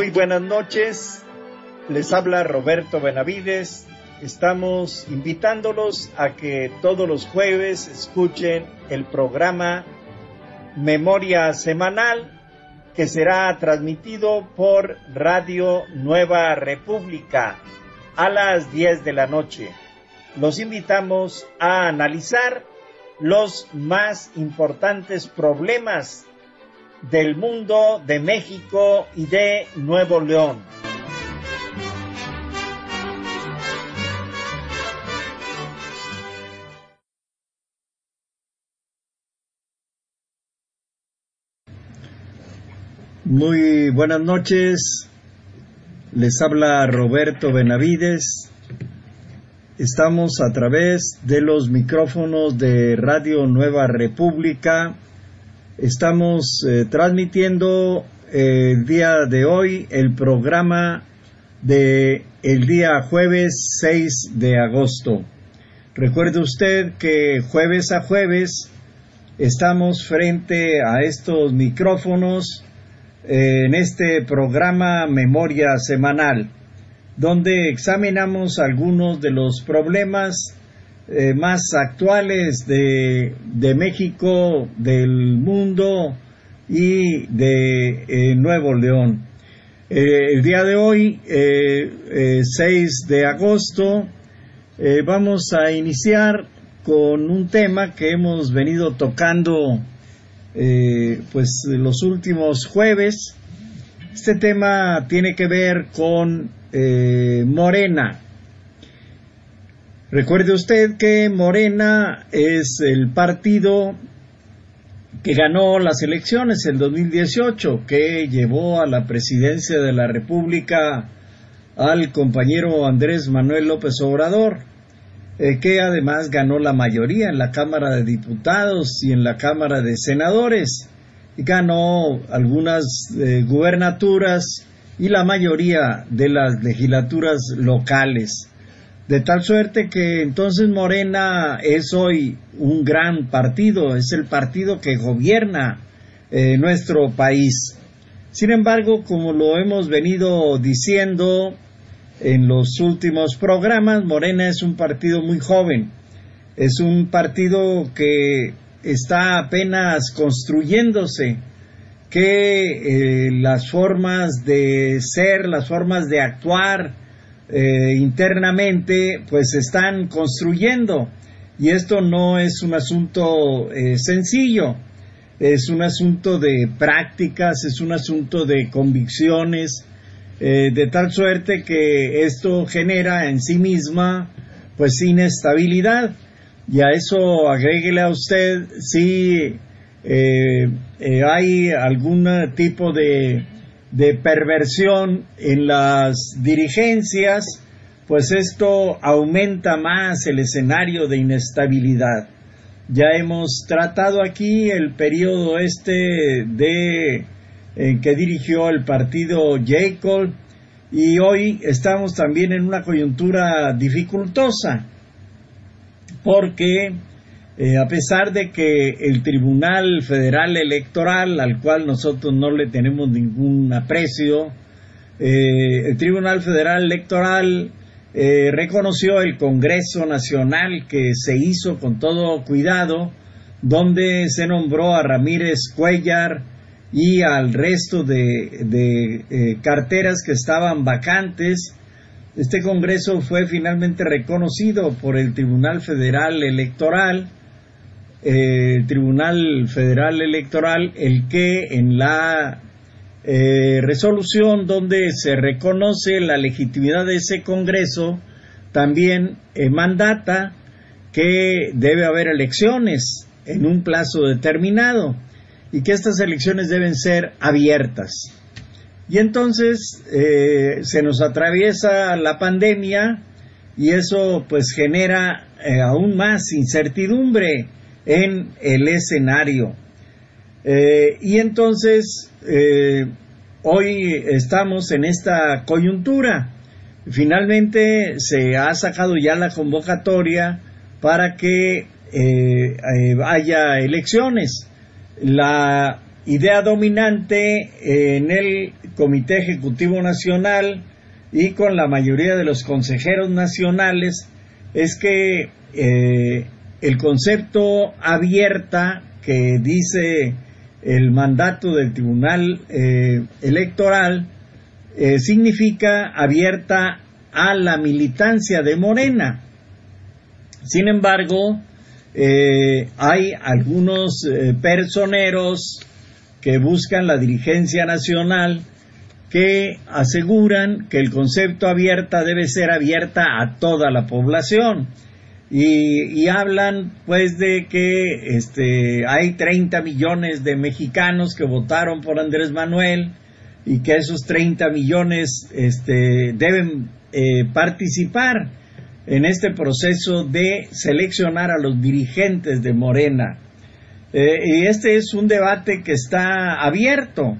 Muy buenas noches, les habla Roberto Benavides. Estamos invitándolos a que todos los jueves escuchen el programa Memoria Semanal, que será transmitido por Radio Nueva República a las 10 de la noche. Los invitamos a analizar los más importantes problemas del mundo, de México y de Nuevo León. Muy buenas noches, les habla Roberto Benavides. Estamos a través de los micrófonos de Radio Nueva República. Estamos transmitiendo el día de hoy el programa de el día jueves 6 de agosto. Recuerde usted que jueves a jueves estamos frente a estos micrófonos en este programa Memoria Semanal, donde examinamos algunos de los problemas más actuales de México, del mundo y de Nuevo León. El día de hoy, 6 de agosto, vamos a iniciar con un tema que hemos venido tocando pues los últimos jueves. Este tema tiene que ver con Morena. Recuerde usted que Morena es el partido que ganó las elecciones en 2018, que llevó a la presidencia de la República al compañero Andrés Manuel López Obrador, que además ganó la mayoría en la Cámara de Diputados y en la Cámara de Senadores, y ganó algunas gubernaturas y la mayoría de las legislaturas locales. De tal suerte que entonces Morena es hoy un gran partido, es el partido que gobierna nuestro país. Sin embargo, como lo hemos venido diciendo en los últimos programas, Morena es un partido muy joven, es un partido que está apenas construyéndose, que las formas de ser, las formas de actuar internamente pues se están construyendo, y esto no es un asunto sencillo, es un asunto de prácticas, es un asunto de convicciones, de tal suerte que esto genera en sí misma pues inestabilidad, y a eso agréguele a usted si hay algún tipo de perversión en las dirigencias, pues esto aumenta más el escenario de inestabilidad. Ya hemos tratado aquí el periodo que dirigió el partido Jacob, y hoy estamos también en una coyuntura dificultosa, porque a pesar de que el Tribunal Federal Electoral, al cual nosotros no le tenemos ningún aprecio, el Tribunal Federal Electoral reconoció el Congreso Nacional, que se hizo con todo cuidado, donde se nombró a Ramírez Cuellar y al resto de carteras que estaban vacantes. Este Congreso fue finalmente reconocido por el Tribunal Federal Electoral, el que en la resolución donde se reconoce la legitimidad de ese Congreso también mandata que debe haber elecciones en un plazo determinado y que estas elecciones deben ser abiertas. Y entonces se nos atraviesa la pandemia, y eso pues genera aún más incertidumbre en el escenario. Y entonces hoy estamos en esta coyuntura. Finalmente se ha sacado ya la convocatoria para que haya elecciones. La idea dominante en el Comité Ejecutivo Nacional y con la mayoría de los consejeros nacionales es que el concepto abierta que dice el mandato del Tribunal Electoral significa abierta a la militancia de Morena. Sin embargo, hay algunos personeros que buscan la dirigencia nacional que aseguran que el concepto abierta debe ser abierta a toda la población y hablan pues de que hay 30 millones de mexicanos que votaron por Andrés Manuel y que esos 30 millones deben participar en este proceso de seleccionar a los dirigentes de Morena. Y este es un debate que está abierto.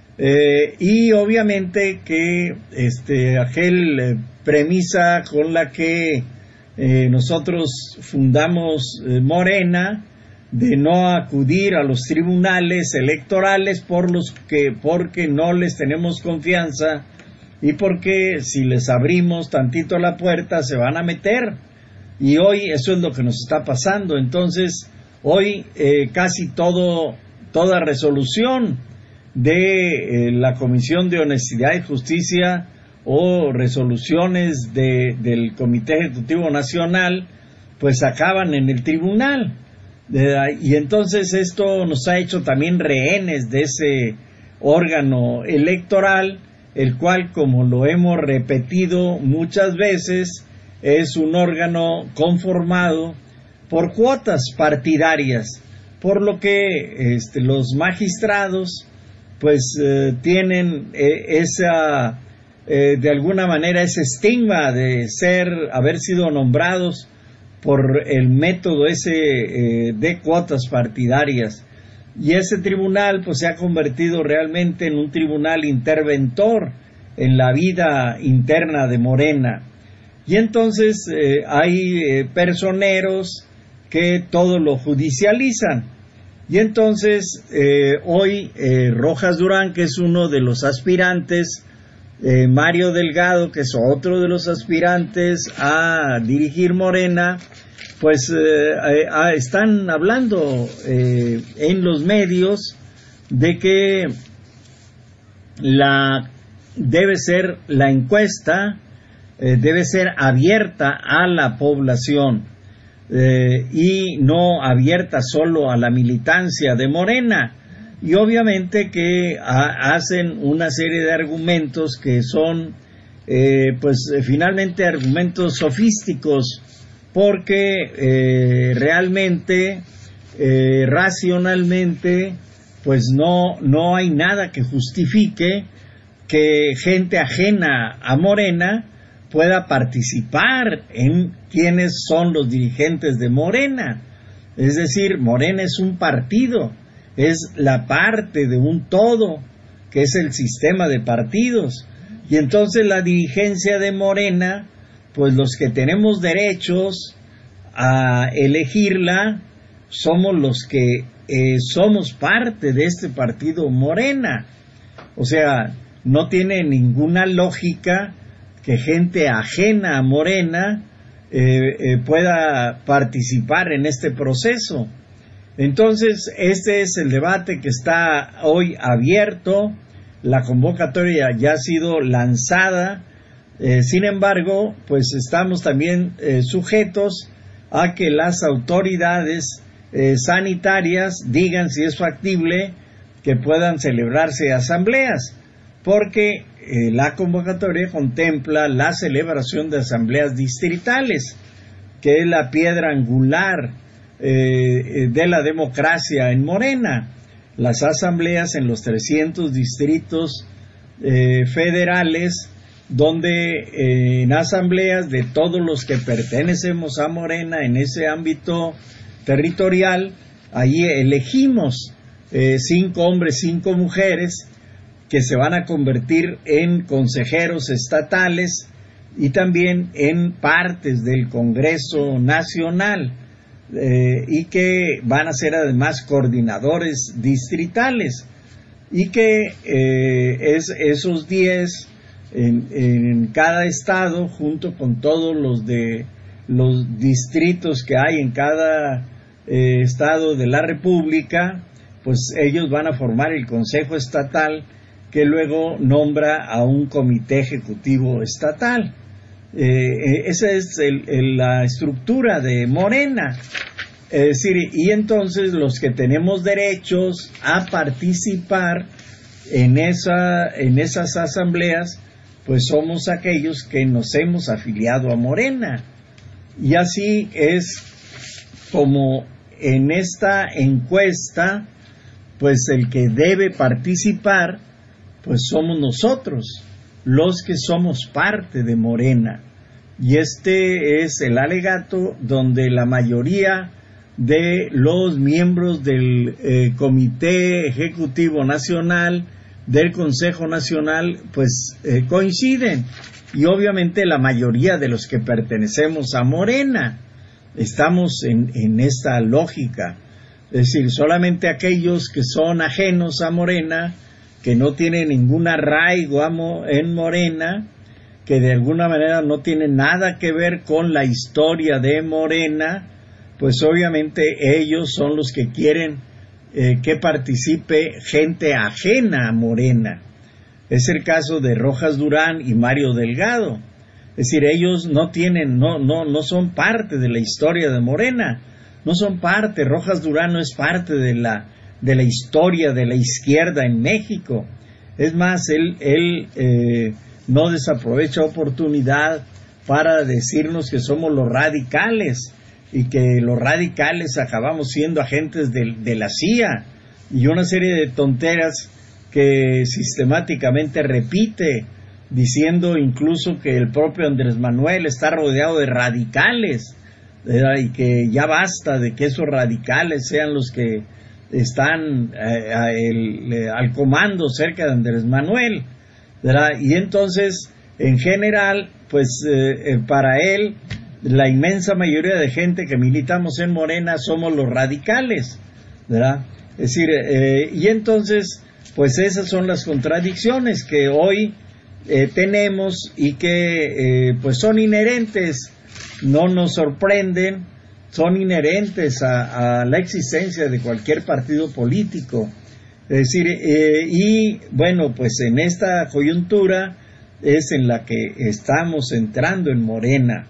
Y obviamente que aquel premisa con la que nosotros fundamos Morena de no acudir a los tribunales electorales porque no les tenemos confianza y porque si les abrimos tantito la puerta se van a meter, y hoy eso es lo que nos está pasando. Entonces hoy casi toda resolución de la Comisión de Honestidad y Justicia o resoluciones del Comité Ejecutivo Nacional pues acaban en el tribunal, y entonces esto nos ha hecho también rehenes de ese órgano electoral, el cual, como lo hemos repetido muchas veces, es un órgano conformado por cuotas partidarias, por lo que los magistrados pues tienen esa de alguna manera ese estigma de haber sido nombrados por el método ese de cuotas partidarias, y ese tribunal pues se ha convertido realmente en un tribunal interventor en la vida interna de Morena, y entonces hay personeros que todo lo judicializan. Y entonces hoy Rojas Durán, que es uno de los aspirantes, Mario Delgado, que es otro de los aspirantes a dirigir Morena, pues están hablando en los medios de que debe ser la encuesta, debe ser abierta a la población. Y no abierta solo a la militancia de Morena, y obviamente que hacen una serie de argumentos que son finalmente argumentos sofísticos, porque realmente racionalmente pues no hay nada que justifique que gente ajena a Morena pueda participar en quiénes son los dirigentes de Morena. Es decir, Morena es un partido, es la parte de un todo, que es el sistema de partidos, y entonces la dirigencia de Morena, pues los que tenemos derechos a elegirla somos los que somos parte de este partido Morena. O sea, no tiene ninguna lógica que gente ajena a Morena pueda participar en este proceso. Entonces, este es el debate que está hoy abierto. La convocatoria ya ha sido lanzada. Sin embargo, pues estamos también sujetos a que las autoridades sanitarias digan si es factible que puedan celebrarse asambleas, porque la convocatoria contempla la celebración de asambleas distritales, que es la piedra angular de la democracia en Morena. Las asambleas en los 300 distritos federales, donde en asambleas de todos los que pertenecemos a Morena en ese ámbito territorial, ahí elegimos 5 hombres, 5 mujeres, que se van a convertir en consejeros estatales y también en partes del Congreso Nacional. y que van a ser además coordinadores distritales, y que esos 10 en cada estado, junto con todos los distritos que hay en cada estado de la República, pues ellos van a formar el Consejo Estatal, que luego nombra a un comité ejecutivo estatal. Esa es la estructura de Morena. Es decir, y entonces los que tenemos derechos a participar en esas asambleas, pues somos aquellos que nos hemos afiliado a Morena. Y así es como en esta encuesta, pues el que debe participar, pues somos nosotros, los que somos parte de Morena. Y este es el alegato donde la mayoría de los miembros del Comité Ejecutivo Nacional, del Consejo Nacional, pues coinciden. Y obviamente la mayoría de los que pertenecemos a Morena estamos en esta lógica. Es decir, solamente aquellos que son ajenos a Morena, que no tienen ningún arraigo en Morena, que de alguna manera no tienen nada que ver con la historia de Morena, pues obviamente ellos son los que quieren que participe gente ajena a Morena. Es el caso de Rojas Durán y Mario Delgado. Es decir, ellos no son parte de la historia de Morena, no son parte. Rojas Durán no es parte de la historia de la izquierda en México. Es más, él no desaprovecha oportunidad para decirnos que somos los radicales, y que los radicales acabamos siendo agentes de la CIA, y una serie de tonteras que sistemáticamente repite, diciendo incluso que el propio Andrés Manuel está rodeado de radicales, ¿verdad? Y que ya basta de que esos radicales sean los que están al comando cerca de Andrés Manuel, ¿verdad? Y entonces, en general, pues para él, la inmensa mayoría de gente que militamos en Morena somos los radicales, ¿verdad? Es decir, y entonces, pues esas son las contradicciones que hoy tenemos, y que pues son inherentes, no nos sorprenden, son inherentes a la existencia de cualquier partido político. Es decir, y bueno, pues en esta coyuntura es en la que estamos entrando en Morena.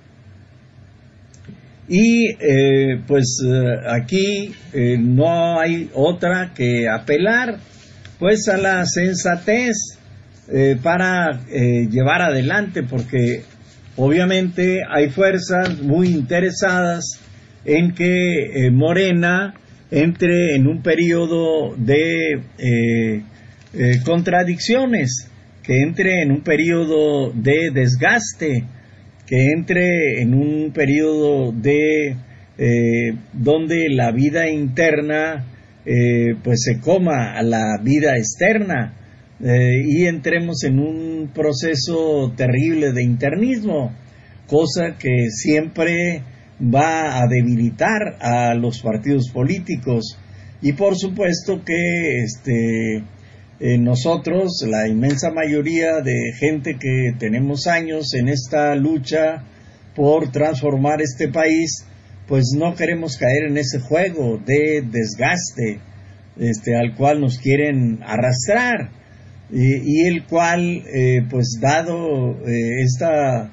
Y pues aquí no hay otra que apelar pues a la sensatez para llevar adelante, porque obviamente hay fuerzas muy interesadas en que Morena entre en un periodo de contradicciones, que entre en un periodo de desgaste, que entre en un periodo de donde la vida interna pues se coma a la vida externa, y entremos en un proceso terrible de internismo, cosa que siempre va a debilitar a los partidos políticos. Y por supuesto que nosotros, la inmensa mayoría de gente que tenemos años en esta lucha por transformar este país, pues no queremos caer en ese juego de desgaste al cual nos quieren arrastrar, y el cual pues dado esta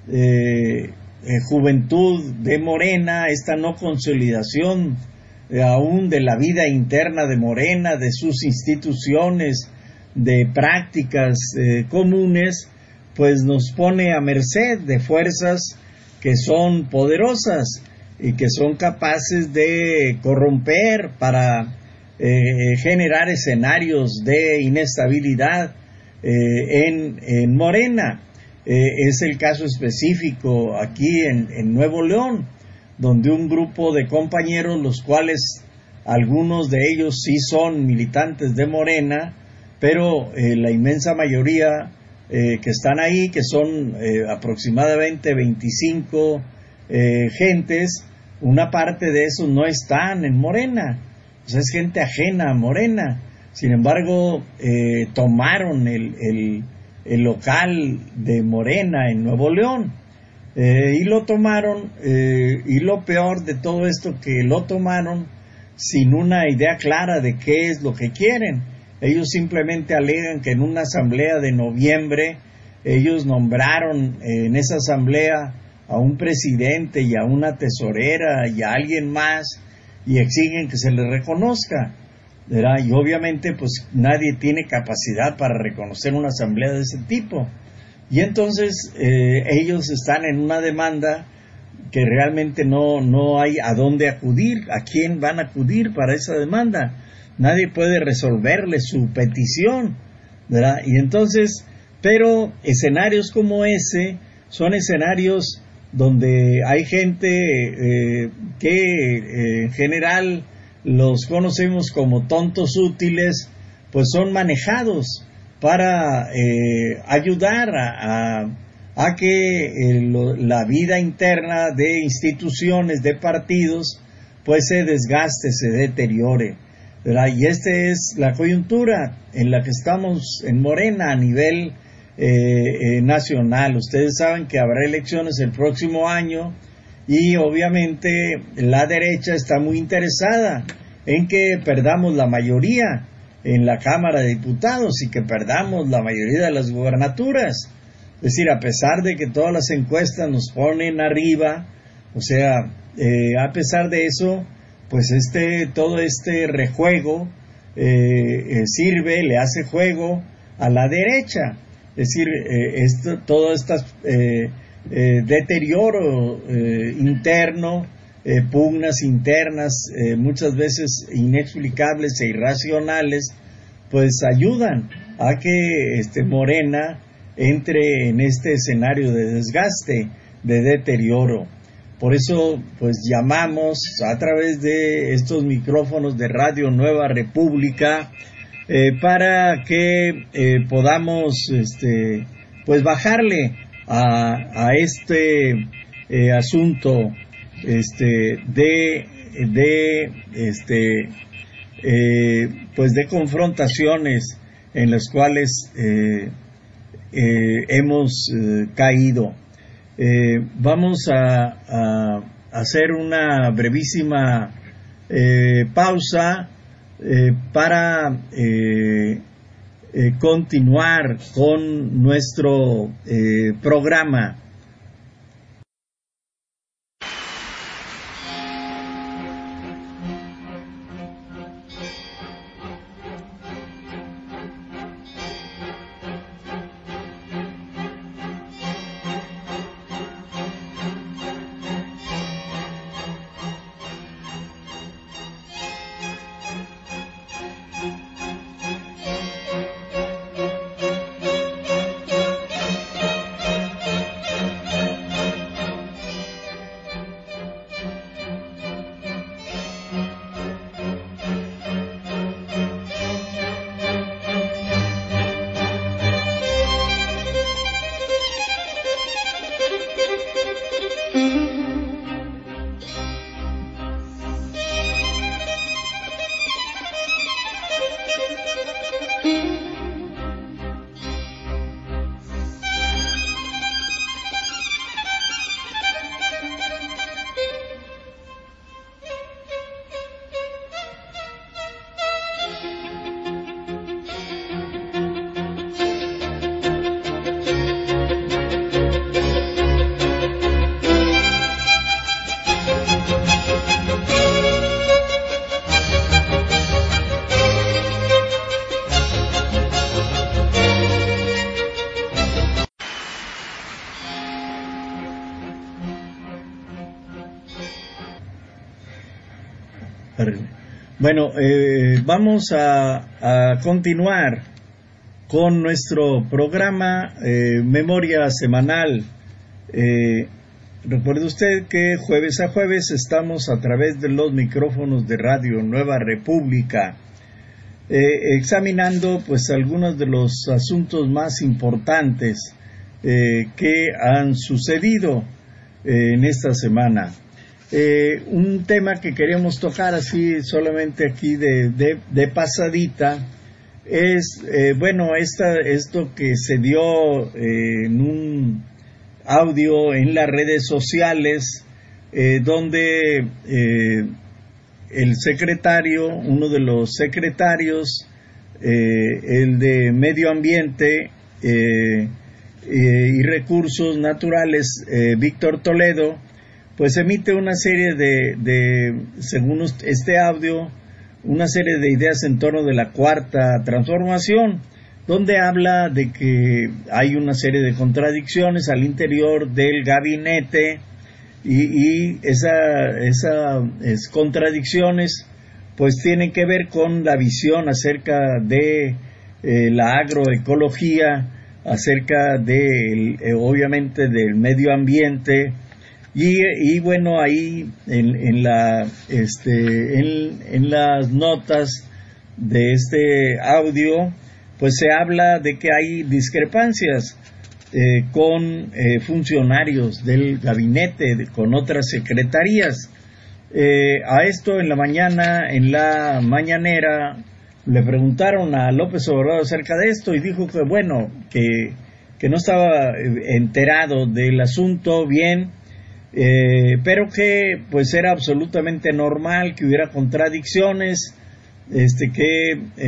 juventud de Morena, esta no consolidación aún de la vida interna de Morena, de sus instituciones, de prácticas comunes, pues nos pone a merced de fuerzas que son poderosas y que son capaces de corromper para generar escenarios de inestabilidad en Morena. Es el caso específico aquí en Nuevo León, donde un grupo de compañeros, los cuales algunos de ellos sí son militantes de Morena, pero la inmensa mayoría que están ahí, que son aproximadamente 25 gentes, una parte de esos no están en Morena, o sea, es gente ajena a Morena. Sin embargo, tomaron el local de Morena en Nuevo León, y lo tomaron, y lo peor de todo esto, que lo tomaron sin una idea clara de qué es lo que quieren. Ellos simplemente alegan que en una asamblea de noviembre ellos nombraron en esa asamblea a un presidente y a una tesorera y a alguien más, y exigen que se les reconozca, ¿verdad? Y obviamente pues nadie tiene capacidad para reconocer una asamblea de ese tipo, y entonces ellos están en una demanda que realmente no hay a dónde acudir, a quién van a acudir para esa demanda. Nadie puede resolverle su petición, ¿verdad? Y entonces, pero escenarios como ese son escenarios donde hay gente que en general los conocemos como tontos útiles, pues son manejados para ayudar a que la vida interna de instituciones, de partidos, pues se desgaste, se deteriore, ¿verdad? Y esta es la coyuntura en la que estamos en Morena a nivel nacional. Ustedes saben que habrá elecciones el próximo año, y obviamente la derecha está muy interesada en que perdamos la mayoría en la Cámara de Diputados y que perdamos la mayoría de las gubernaturas. Es decir, a pesar de que todas las encuestas nos ponen arriba, o sea, a pesar de eso, pues todo este rejuego sirve, le hace juego a la derecha. Es decir, todo este deterioro interno, pugnas internas, muchas veces inexplicables e irracionales, pues ayudan a que Morena entre en este escenario de desgaste, de deterioro. Por eso, pues llamamos a través de estos micrófonos de Radio Nueva República para que podamos pues bajarle a este asunto pues de confrontaciones en las cuales hemos caído. Vamos a hacer una brevísima pausa para continuar con nuestro programa. Bueno, vamos a continuar con nuestro programa Memoria Semanal. Recuerde usted que jueves a jueves estamos a través de los micrófonos de Radio Nueva República examinando pues algunos de los asuntos más importantes que han sucedido en esta semana. Un tema que queríamos tocar así solamente aquí de pasadita es, esto que se dio en un audio en las redes sociales, donde el secretario, uno de los secretarios, el de Medio Ambiente y Recursos Naturales, Víctor Toledo, pues emite una serie según este audio, una serie de ideas en torno de la cuarta transformación, donde habla de que hay una serie de contradicciones al interior del gabinete y esas contradicciones pues tienen que ver con la visión acerca de la agroecología, acerca obviamente del medio ambiente. Y bueno, ahí en las notas de este audio, pues se habla de que hay discrepancias con funcionarios del gabinete, con otras secretarías. A esto en la mañanera, le preguntaron a López Obrador acerca de esto y dijo que bueno, que no estaba enterado del asunto bien, pero que pues era absolutamente normal que hubiera contradicciones, que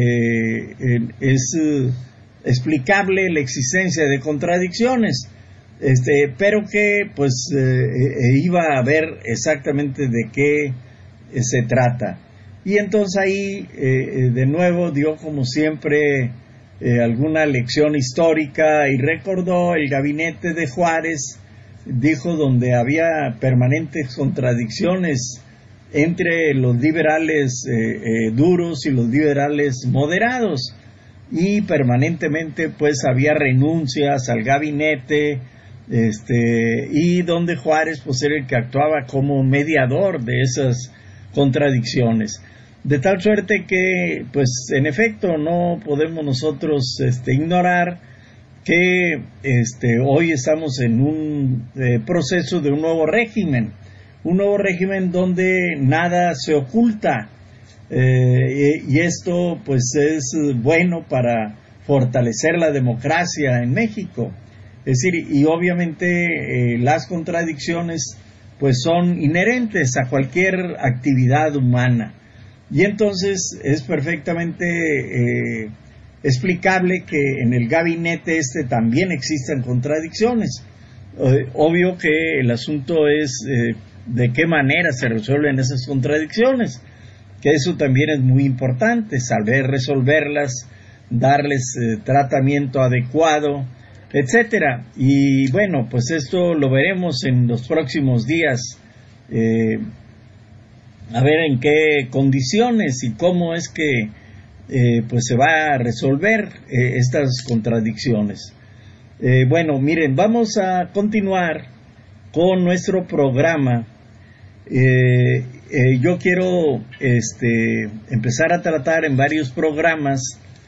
es explicable la existencia de contradicciones, pero que pues iba a ver exactamente de qué se trata. Y entonces ahí de nuevo dio como siempre alguna lección histórica y recordó el gabinete de Juárez, dijo, donde había permanentes contradicciones entre los liberales duros y los liberales moderados, y permanentemente pues había renuncias al gabinete, y donde Juárez pues era el que actuaba como mediador de esas contradicciones, de tal suerte que pues en efecto no podemos nosotros ignorar que hoy estamos en un proceso de un nuevo régimen donde nada se oculta, y esto pues es bueno para fortalecer la democracia en México. Es decir, y obviamente las contradicciones pues son inherentes a cualquier actividad humana, y entonces es perfectamente explicable que en el gabinete también existan contradicciones. Obvio que el asunto es de qué manera se resuelven esas contradicciones, que eso también es muy importante, saber resolverlas, darles tratamiento adecuado, etcétera. Y bueno, pues esto lo veremos en los próximos días, a ver en qué condiciones y cómo es que pues se va a resolver estas contradicciones. Bueno, miren, vamos a continuar con nuestro programa. Yo quiero empezar a tratar en varios programas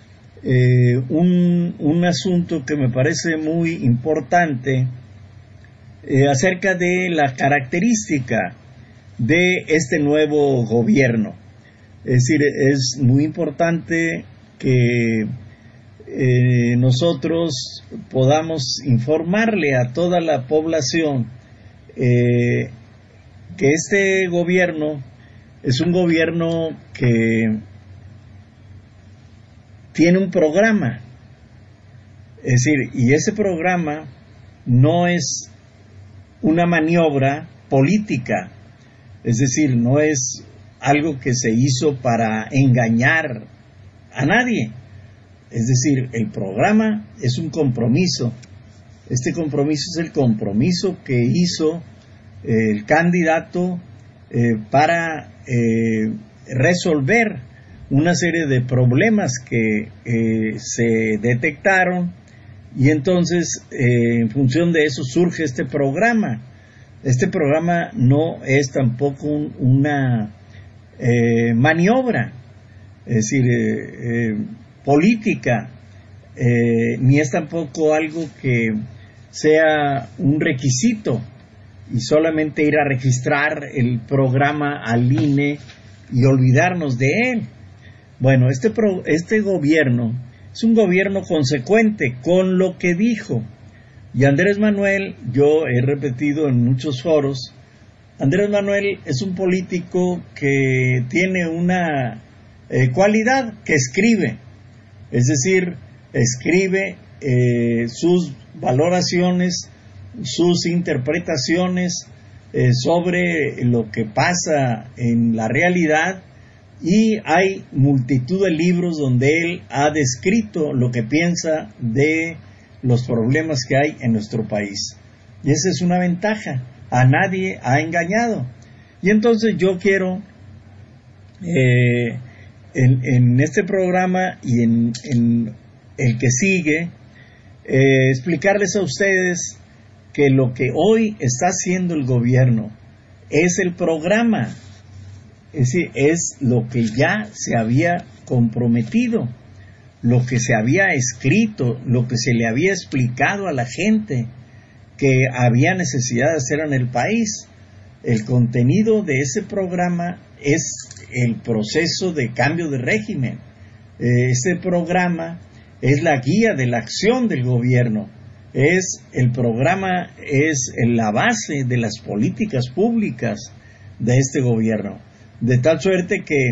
un asunto que me parece muy importante, acerca de la característica de este nuevo gobierno. Es decir, es muy importante que nosotros podamos informarle a toda la población que este gobierno es un gobierno que tiene un programa. Es decir, y ese programa no es una maniobra política, es decir, no es algo que se hizo para engañar a nadie. Es decir, el programa es un compromiso. Este compromiso es el compromiso que hizo el candidato para resolver una serie de problemas que se detectaron, y entonces en función de eso surge este programa. Este programa no es tampoco una maniobra, es decir, política, ni es tampoco algo que sea un requisito y solamente ir a registrar el programa al INE y olvidarnos de él. Bueno, este gobierno es un gobierno consecuente con lo que dijo. Y Andrés Manuel, yo he repetido en muchos foros, Andrés Manuel es un político que tiene una cualidad, que escribe. Es decir, escribe sus valoraciones, sus interpretaciones sobre lo que pasa en la realidad, y hay multitud de libros donde él ha descrito lo que piensa de los problemas que hay en nuestro país. Y esa es una ventaja, a nadie ha engañado. Y entonces yo quiero en este programa y en el que sigue explicarles a ustedes que lo que hoy está haciendo el gobierno es el programa, es decir, es lo que ya se había comprometido, lo que se había escrito, lo que se le había explicado a la gente que había necesidad de hacer en el país. El contenido de ese programa es el proceso de cambio de régimen. Este programa es la guía de la acción del gobierno. El programa es la base de las políticas públicas de este gobierno. De tal suerte que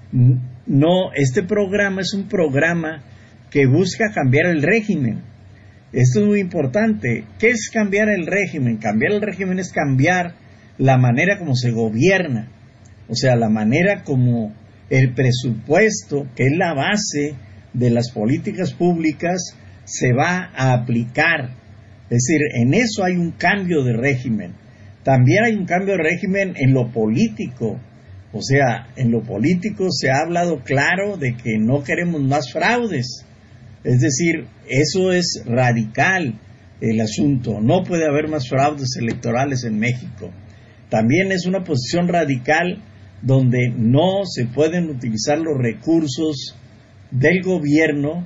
este programa es un programa que busca cambiar el régimen. Esto es muy importante. ¿Qué es cambiar el régimen? Cambiar el régimen es cambiar la manera como se gobierna, o sea, la manera como el presupuesto, que es la base de las políticas públicas, se va a aplicar. Es decir, en eso hay un cambio de régimen. También hay un cambio de régimen en lo político. O sea, en lo político se ha hablado claro de que no queremos más fraudes. Es decir, eso es radical el asunto. No puede haber más fraudes electorales en México. También es una posición radical donde no se pueden utilizar los recursos del gobierno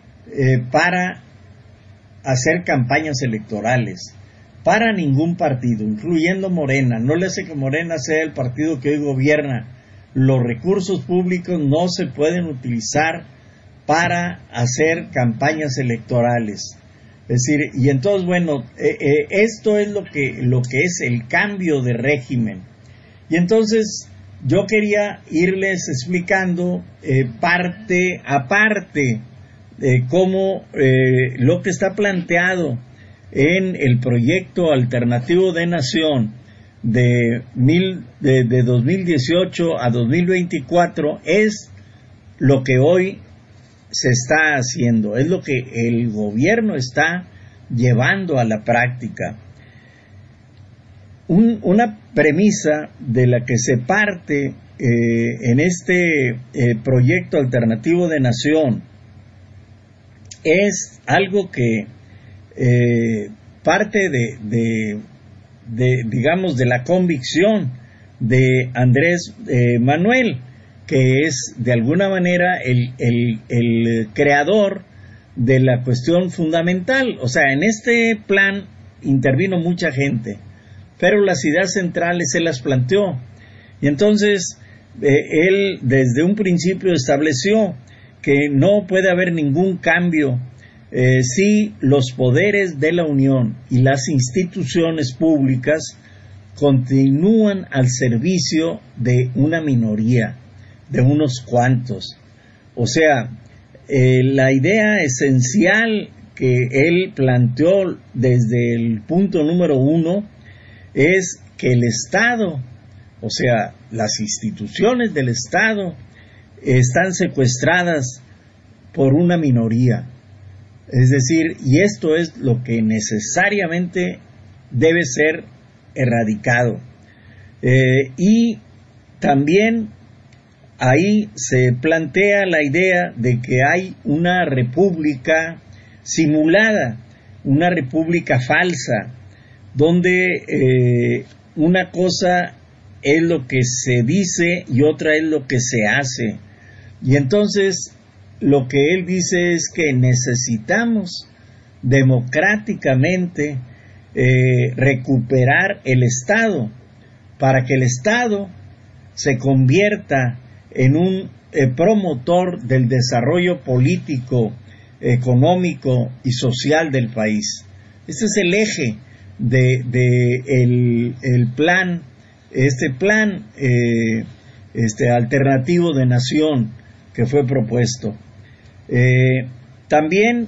para hacer campañas electorales. Para ningún partido, incluyendo Morena. No le hace que Morena sea el partido que hoy gobierna. Los recursos públicos no se pueden utilizar para hacer campañas electorales. Es decir, y entonces, bueno, esto es lo que es el cambio de régimen. Y entonces yo quería irles explicando parte a parte cómo lo que está planteado en el proyecto alternativo de nación de 2018 a 2024 es lo que hoy se está haciendo, es lo que el gobierno está llevando a la práctica. Una premisa de la que se parte en este proyecto alternativo de nación es algo que parte digamos, de la convicción de Andrés Manuel, que es de alguna manera el creador de la cuestión fundamental. O sea, en este plan intervino mucha gente, pero las ideas centrales se las planteó. Y entonces él desde un principio estableció que no puede haber ningún cambio si los poderes de la Unión y las instituciones públicas continúan al servicio de una minoría, de unos cuantos. O sea, la idea esencial que él planteó desde el punto número 1 es que el Estado, o sea, las instituciones del Estado, están secuestradas por una minoría. Es decir, y esto es lo que necesariamente debe ser erradicado. Y también ahí se plantea la idea de que hay una república simulada, una república falsa, donde una cosa es lo que se dice y otra es lo que se hace. Y entonces lo que él dice es que necesitamos democráticamente recuperar el Estado, para que el Estado se convierta en un promotor del desarrollo político, económico y social del país. Este es el eje el plan, este plan alternativo de nación que fue propuesto. También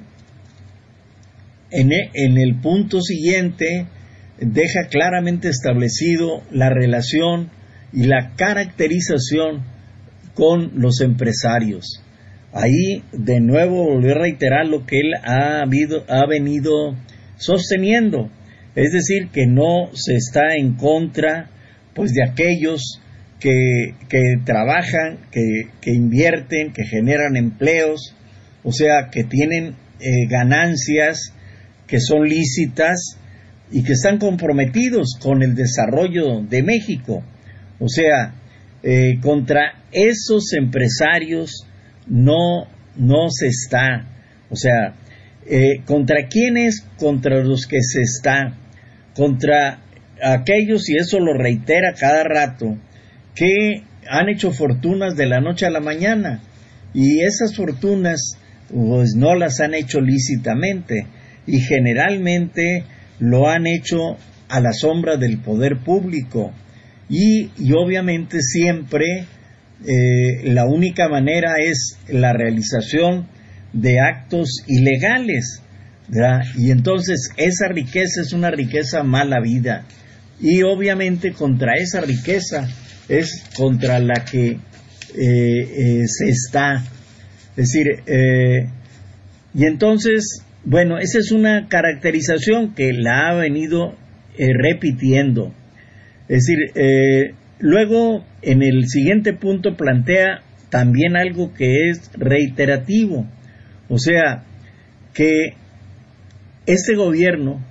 en el punto siguiente deja claramente establecido la relación y la caracterización con los empresarios. Ahí de nuevo volví a reiterar lo que él ha venido sosteniendo, es decir, que no se está en contra pues de aquellos que trabajan, que invierten, que generan empleos, o sea, que tienen ganancias que son lícitas y que están comprometidos con el desarrollo de México. O sea, contra esos empresarios no se está. O sea, ¿contra quiénes? Contra los que se está. Contra aquellos, y eso lo reitera cada rato, que han hecho fortunas de la noche a la mañana. Y esas fortunas pues no las han hecho lícitamente, y generalmente lo han hecho a la sombra del poder público, y obviamente siempre la única manera es la realización de actos ilegales, ¿verdad? Y entonces esa riqueza es una riqueza mala vida, y obviamente contra esa riqueza es contra la que se está. Es decir, y entonces, bueno, esa es una caracterización que la ha venido repitiendo. Es decir, luego en el siguiente punto plantea también algo que es reiterativo, o sea, que este gobierno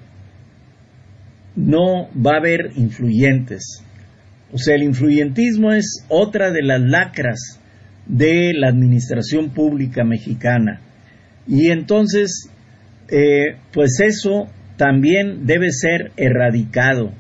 no va a haber influyentes. O sea, el influyentismo es otra de las lacras de la administración pública mexicana, y entonces pues eso también debe ser erradicado.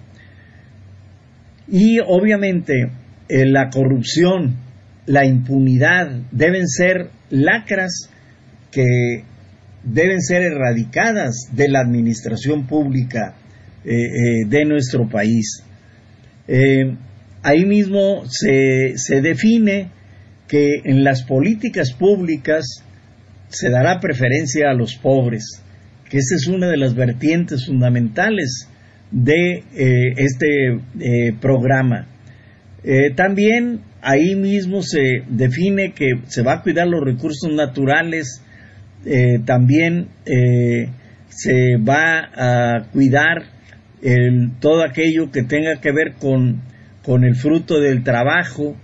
Y obviamente la corrupción, la impunidad deben ser lacras que deben ser erradicadas de la administración pública de nuestro país. Ahí mismo se define que en las políticas públicas se dará preferencia a los pobres, que esa es una de las vertientes fundamentales de este programa. También ahí mismo se define que se va a cuidar los recursos naturales, también se va a cuidar todo aquello que tenga que ver con el fruto del trabajo,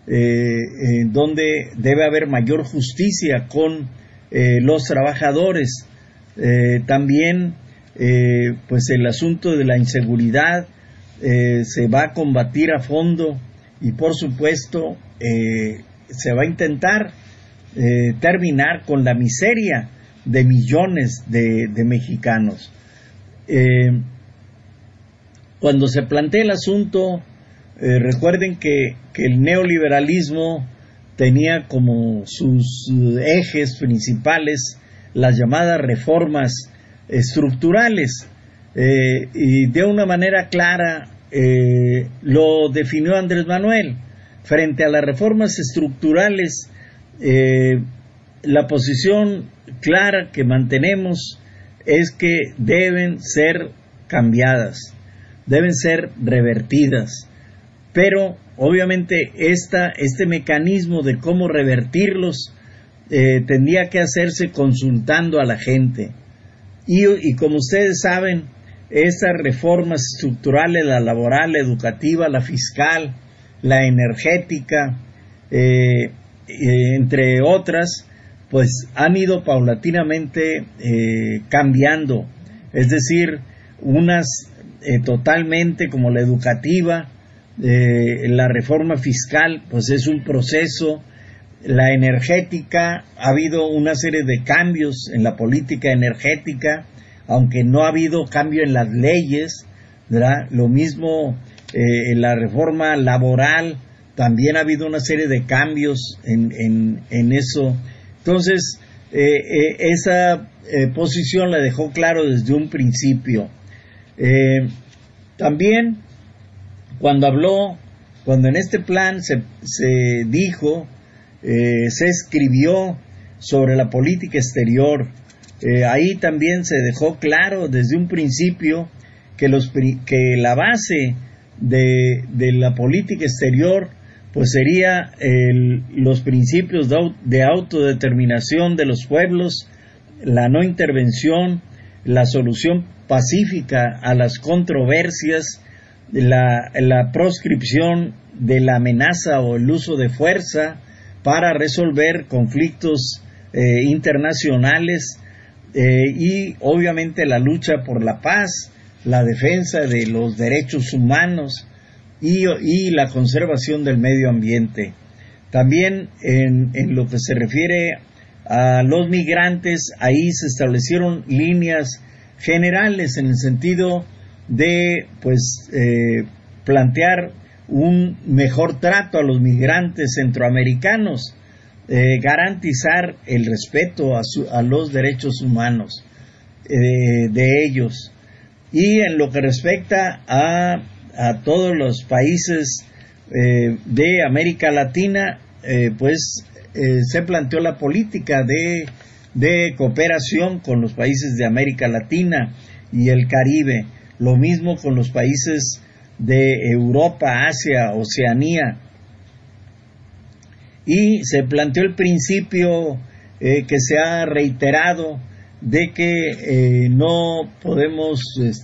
donde debe haber mayor justicia con los trabajadores. También pues el asunto de la inseguridad se va a combatir a fondo, y por supuesto se va a intentar terminar con la miseria de millones de mexicanos. Cuando se plantea el asunto, recuerden que el neoliberalismo tenía como sus ejes principales las llamadas reformas estructurales, y de una manera clara lo definió Andrés Manuel. Frente a las reformas estructurales, la posición clara que mantenemos es que deben ser cambiadas, deben ser revertidas, pero obviamente este mecanismo de cómo revertirlos tendría que hacerse consultando a la gente, y como ustedes saben, estas reformas estructurales, la laboral, la educativa, la fiscal, la energética, entre otras, pues han ido paulatinamente cambiando. Es decir, unas totalmente, como la educativa, la reforma fiscal pues es un proceso. La energética, ha habido una serie de cambios en la política energética, aunque no ha habido cambio en las leyes, ¿verdad? Lo mismo en la reforma laboral, también ha habido una serie de cambios en eso. Entonces, esa posición la dejó claro desde un principio. También, cuando en este plan se dijo, se escribió sobre la política exterior, ahí también se dejó claro desde un principio que la base de la política exterior pues sería los principios de autodeterminación de los pueblos, la no intervención, la solución pacífica a las controversias, la proscripción de la amenaza o el uso de fuerza para resolver conflictos internacionales, y obviamente la lucha por la paz, la defensa de los derechos humanos y la conservación del medio ambiente. También en lo que se refiere a los migrantes, ahí se establecieron líneas generales en el sentido de plantear un mejor trato a los migrantes centroamericanos, garantizar el respeto a los derechos humanos de ellos. Y en lo que respecta a todos los países de América Latina, se planteó la política de cooperación con los países de América Latina y el Caribe, lo mismo con los países de Europa, Asia, Oceanía, y se planteó el principio que se ha reiterado de que no podemos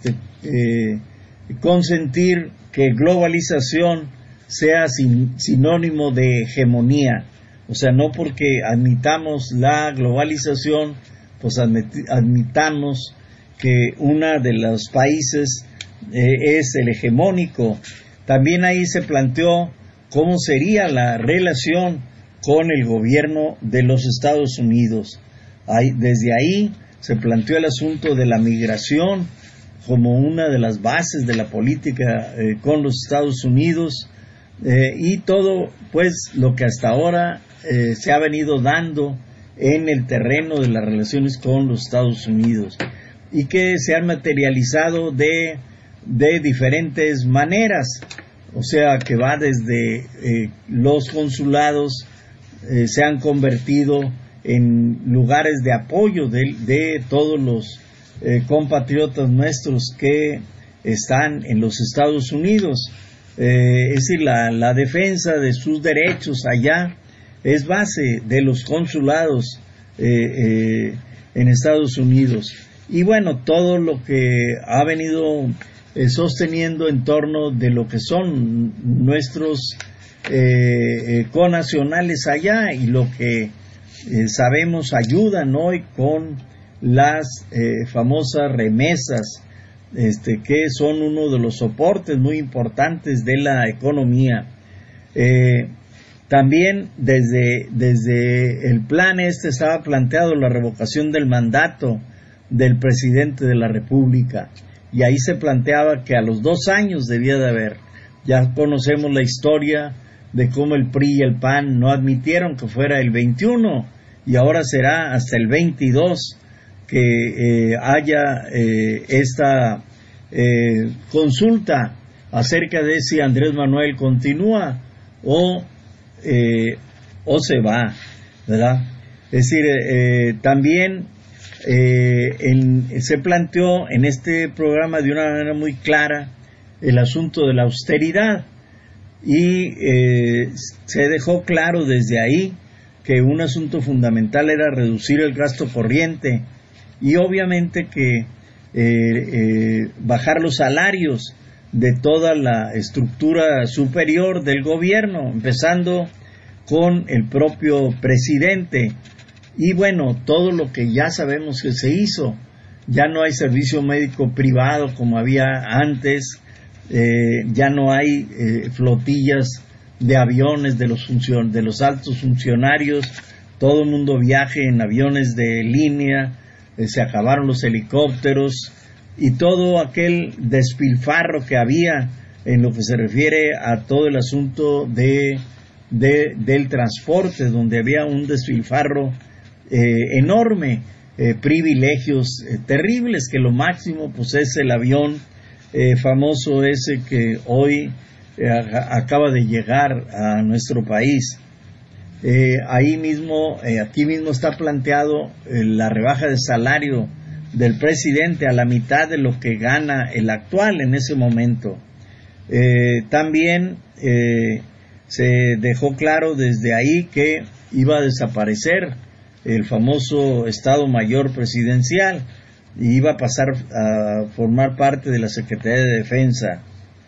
consentir que globalización sea sinónimo de hegemonía. O sea, no porque admitamos la globalización, pues admitamos que uno de los países es el hegemónico. También ahí se planteó cómo sería la relación con el gobierno de los Estados Unidos. Desde ahí se planteó el asunto de la migración como una de las bases de la política con los Estados Unidos, y todo lo que hasta ahora se ha venido dando en el terreno de las relaciones con los Estados Unidos y que se han materializado de diferentes maneras. O sea, que va desde los consulados se han convertido en lugares de apoyo de todos los compatriotas nuestros que están en los Estados Unidos. Es decir, la defensa de sus derechos allá es base de los consulados en Estados Unidos. Y bueno, todo lo que ha venido sosteniendo en torno de lo que son nuestros connacionales allá, y lo que sabemos ayudan hoy con las famosas remesas, que son uno de los soportes muy importantes de la economía. También desde el plan estaba planteado la revocación del mandato del presidente de la República, y ahí se planteaba que a los 2 años debía de haber. Ya conocemos la historia de cómo el PRI y el PAN no admitieron que fuera el 21, y ahora será hasta el 22 que haya esta consulta acerca de si Andrés Manuel continúa o se va, ¿verdad? Es decir, también se planteó en este programa de una manera muy clara el asunto de la austeridad, y se dejó claro desde ahí que un asunto fundamental era reducir el gasto corriente y obviamente que bajar los salarios de toda la estructura superior del gobierno, empezando con el propio presidente. Y bueno, todo lo que ya sabemos que se hizo. Ya no hay servicio médico privado como había antes, ya no hay flotillas de aviones de los altos funcionarios, todo el mundo viaje en aviones de línea, se acabaron los helicópteros y todo aquel despilfarro que había en lo que se refiere a todo el asunto del transporte, donde había un despilfarro enorme, privilegios terribles, que lo máximo pues es el avión famoso ese que hoy acaba de llegar a nuestro país. Ahí mismo, aquí mismo está planteado la rebaja de salario del presidente a la mitad de lo que gana el actual en ese momento. También se dejó claro desde ahí que iba a desaparecer el famoso Estado Mayor Presidencial y iba a pasar a formar parte de la Secretaría de Defensa.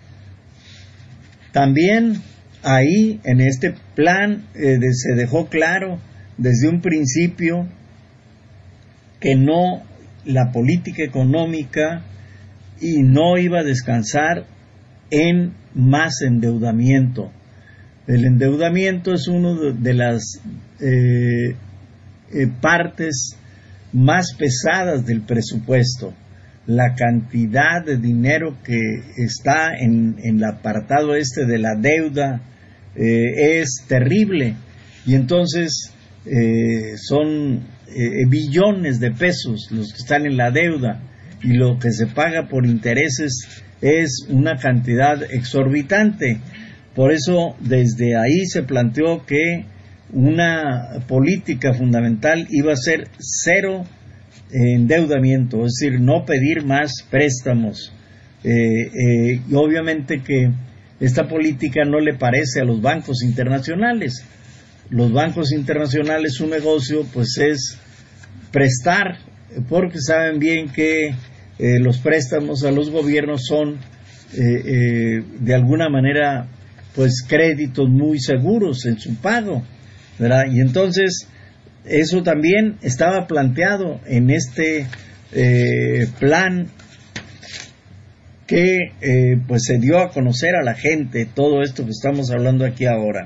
También ahí en este plan se dejó claro desde un principio que no, la política económica y no iba a descansar en más endeudamiento. El endeudamiento es una de las partes más pesadas del presupuesto. La cantidad de dinero que está en el apartado este de la deuda es terrible, y entonces son billones de pesos los que están en la deuda, y lo que se paga por intereses es una cantidad exorbitante. Por eso desde ahí se planteó que una política fundamental iba a ser cero endeudamiento, es decir, no pedir más préstamos. Y obviamente que esta política no le parece a los bancos internacionales. Los bancos internacionales, su negocio pues es prestar, porque saben bien que los préstamos a los gobiernos son de alguna manera pues créditos muy seguros en su pago, ¿verdad? Y entonces eso también estaba planteado en este plan que pues se dio a conocer a la gente, todo esto que estamos hablando aquí ahora.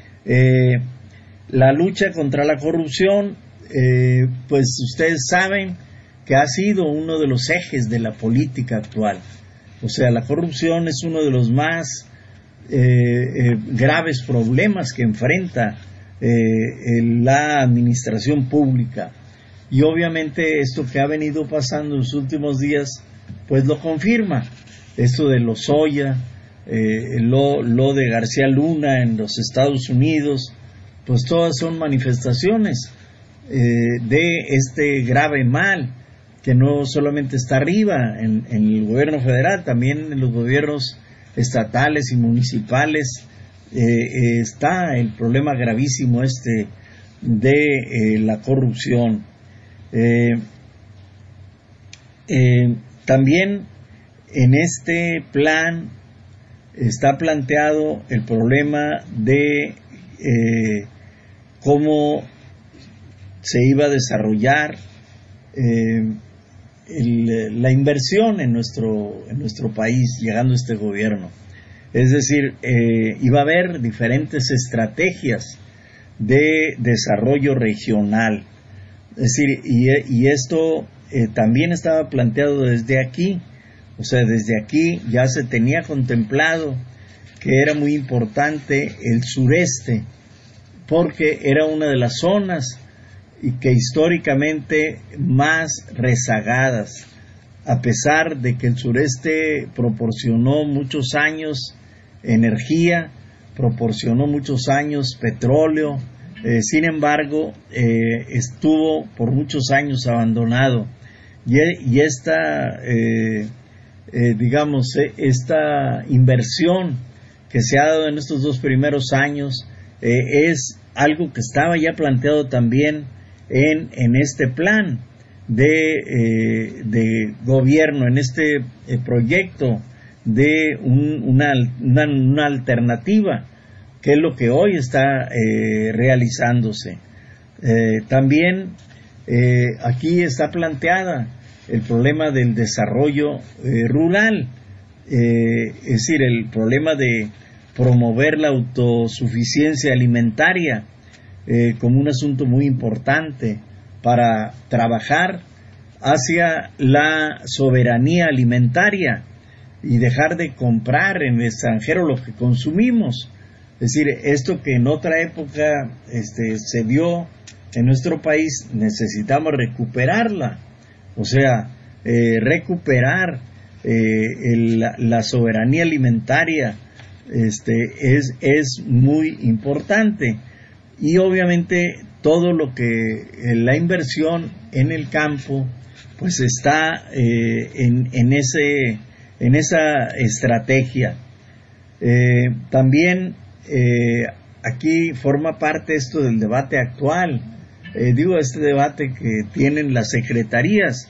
La lucha contra la corrupción, pues ustedes saben que ha sido uno de los ejes de la política actual. O sea, la corrupción es uno de los más graves problemas que enfrenta la administración pública, y obviamente esto que ha venido pasando en los últimos días pues lo confirma. Esto de Lozoya, lo de García Luna en los Estados Unidos, pues todas son manifestaciones de este grave mal que no solamente está arriba en el gobierno federal, también en los gobiernos estatales y municipales está el problema gravísimo este de la corrupción. También en este plan está planteado el problema de cómo se iba a desarrollar la inversión en nuestro país llegando a este gobierno. Es decir, iba a haber diferentes estrategias de desarrollo regional. Es decir, y esto también estaba planteado desde aquí. O sea, desde aquí ya se tenía contemplado que era muy importante el sureste, porque era una de las zonas y que históricamente más rezagadas, a pesar de que el sureste proporcionó muchos años energía, proporcionó muchos años petróleo, sin embargo estuvo por muchos años abandonado, y esta esta inversión que se ha dado en estos 2 primeros años es algo que estaba ya planteado también en este plan de gobierno, en este proyecto de una alternativa, que es lo que hoy está realizándose. También aquí está planteada el problema del desarrollo rural, es decir, el problema de promover la autosuficiencia alimentaria como un asunto muy importante para trabajar hacia la soberanía alimentaria y dejar de comprar en el extranjero lo que consumimos. Es decir, esto que en otra época se dio en nuestro país, necesitamos recuperarla. O sea, recuperar la soberanía alimentaria es muy importante. Y obviamente todo lo que la inversión en el campo pues está en esa estrategia. También aquí forma parte esto del debate actual, este debate que tienen las secretarías.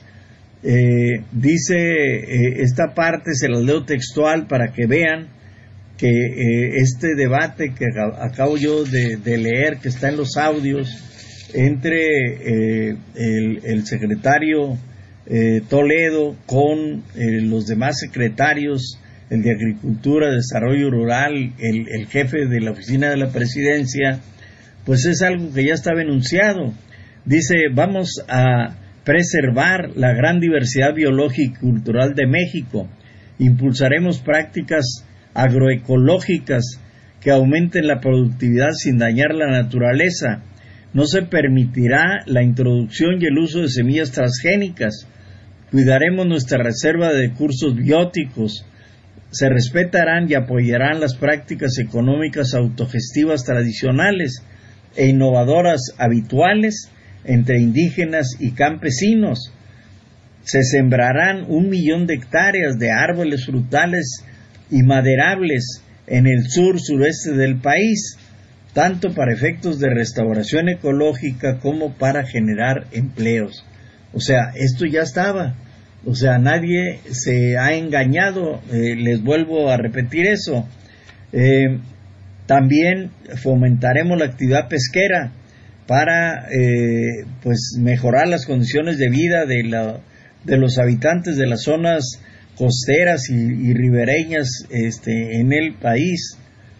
Dice esta parte, se las leo textual para que vean que este debate que acabo yo de leer, que está en los audios, entre el secretario Toledo con los demás secretarios, el de Agricultura, Desarrollo Rural, el jefe de la Oficina de la Presidencia, pues es algo que ya estaba enunciado. Dice, vamos a preservar la gran diversidad biológica y cultural de México, impulsaremos prácticas agroecológicas que aumenten la productividad sin dañar la naturaleza, no se permitirá la introducción y el uso de semillas transgénicas, cuidaremos nuestra reserva de recursos bióticos, se respetarán y apoyarán las prácticas económicas autogestivas tradicionales e innovadoras habituales entre indígenas y campesinos. Se sembrarán 1 millón de hectáreas de árboles frutales y maderables en el sur-sureste del país, tanto para efectos de restauración ecológica como para generar empleos. O sea, esto ya estaba. O sea, nadie se ha engañado, les vuelvo a repetir eso. También fomentaremos la actividad pesquera para pues mejorar las condiciones de vida de los habitantes de las zonas costeras y ribereñas en el país.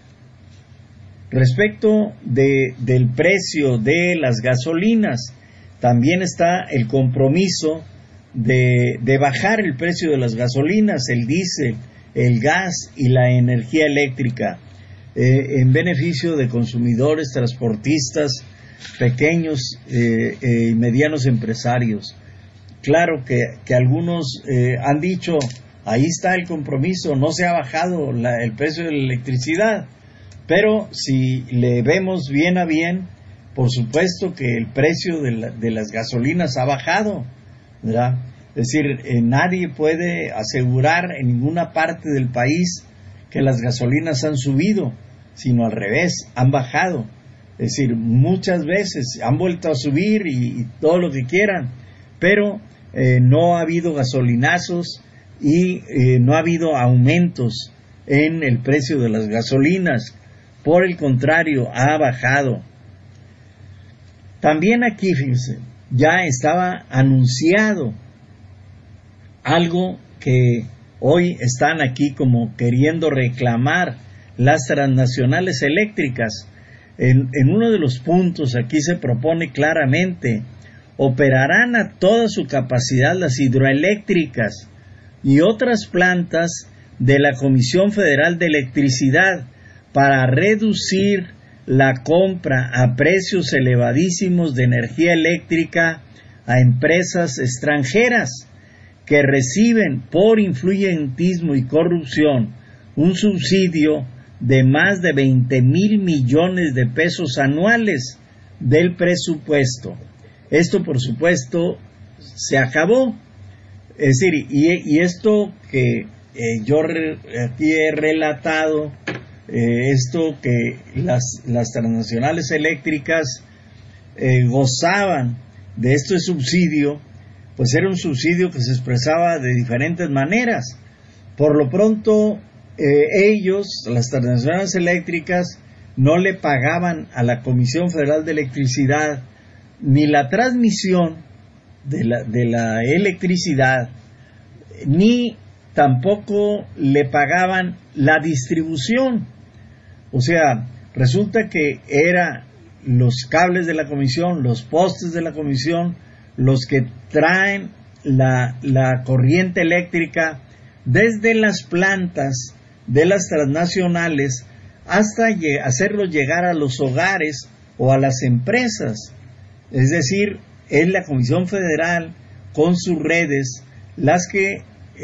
Respecto del precio de las gasolinas, también está el compromiso de bajar el precio de las gasolinas, el diésel, el gas y la energía eléctrica, en beneficio de consumidores, transportistas, pequeños y medianos empresarios. Claro que algunos han dicho, ahí está el compromiso, no se ha bajado el precio de la electricidad, pero si le vemos bien a bien, por supuesto que el precio de las gasolinas ha bajado, ¿verdad? Es decir, nadie puede asegurar en ninguna parte del país que las gasolinas han subido, sino al revés, han bajado. Es decir, muchas veces han vuelto a subir y todo lo que quieran, pero no ha habido gasolinazos y no ha habido aumentos en el precio de las gasolinas. Por el contrario, ha bajado. También aquí, fíjense, ya estaba anunciado algo que hoy están aquí como queriendo reclamar las transnacionales eléctricas. En uno de los puntos aquí se propone claramente, operarán a toda su capacidad las hidroeléctricas y otras plantas de la Comisión Federal de Electricidad para reducir la compra a precios elevadísimos de energía eléctrica a empresas extranjeras que reciben por influyentismo y corrupción un subsidio de más de 20,000 millones de pesos anuales del presupuesto. Esto, por supuesto, se acabó. Es decir, y esto que yo aquí he relatado, esto que las transnacionales eléctricas gozaban de este subsidio, pues era un subsidio que se expresaba de diferentes maneras. Por lo pronto, ellos, las transnacionales eléctricas, no le pagaban a la Comisión Federal de Electricidad ni la transmisión de la electricidad, ni tampoco le pagaban la distribución. O sea, resulta que eran los cables de la comisión, los postes de la comisión, los que traen la corriente eléctrica desde las plantas de las transnacionales hasta hacerlo llegar a los hogares o a las empresas. Es decir, es la Comisión Federal con sus redes las que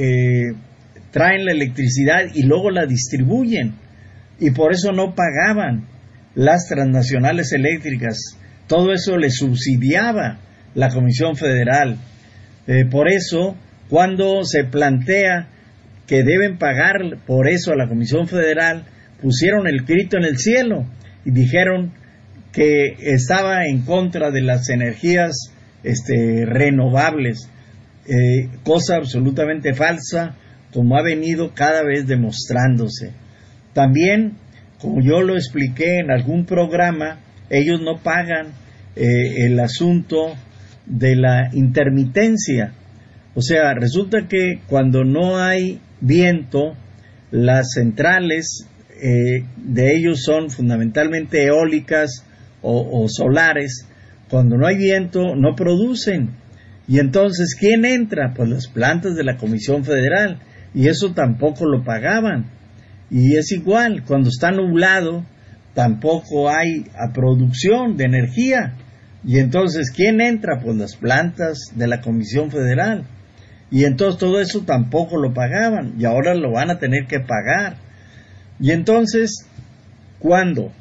traen la electricidad y luego la distribuyen, y por eso no pagaban las transnacionales eléctricas. Todo eso le subsidiaba la Comisión Federal. Por eso, cuando se plantea que deben pagar por eso a la Comisión Federal, pusieron el grito en el cielo y dijeron que estaba en contra de las energías renovables, cosa absolutamente falsa, como ha venido cada vez demostrándose. También, como yo lo expliqué en algún programa, ellos no pagan el asunto de la intermitencia. O sea, resulta que cuando no hay viento, las centrales de ellos son fundamentalmente eólicas o solares. Cuando no hay viento, no producen. Y entonces, ¿quién entra? Pues las plantas de la Comisión Federal. Y eso tampoco lo pagaban. Y es igual, cuando está nublado, tampoco hay producción de energía. Y entonces, ¿quién entra? Pues las plantas de la Comisión Federal. Y entonces todo eso tampoco lo pagaban. Y ahora lo van a tener que pagar. Y entonces, cuando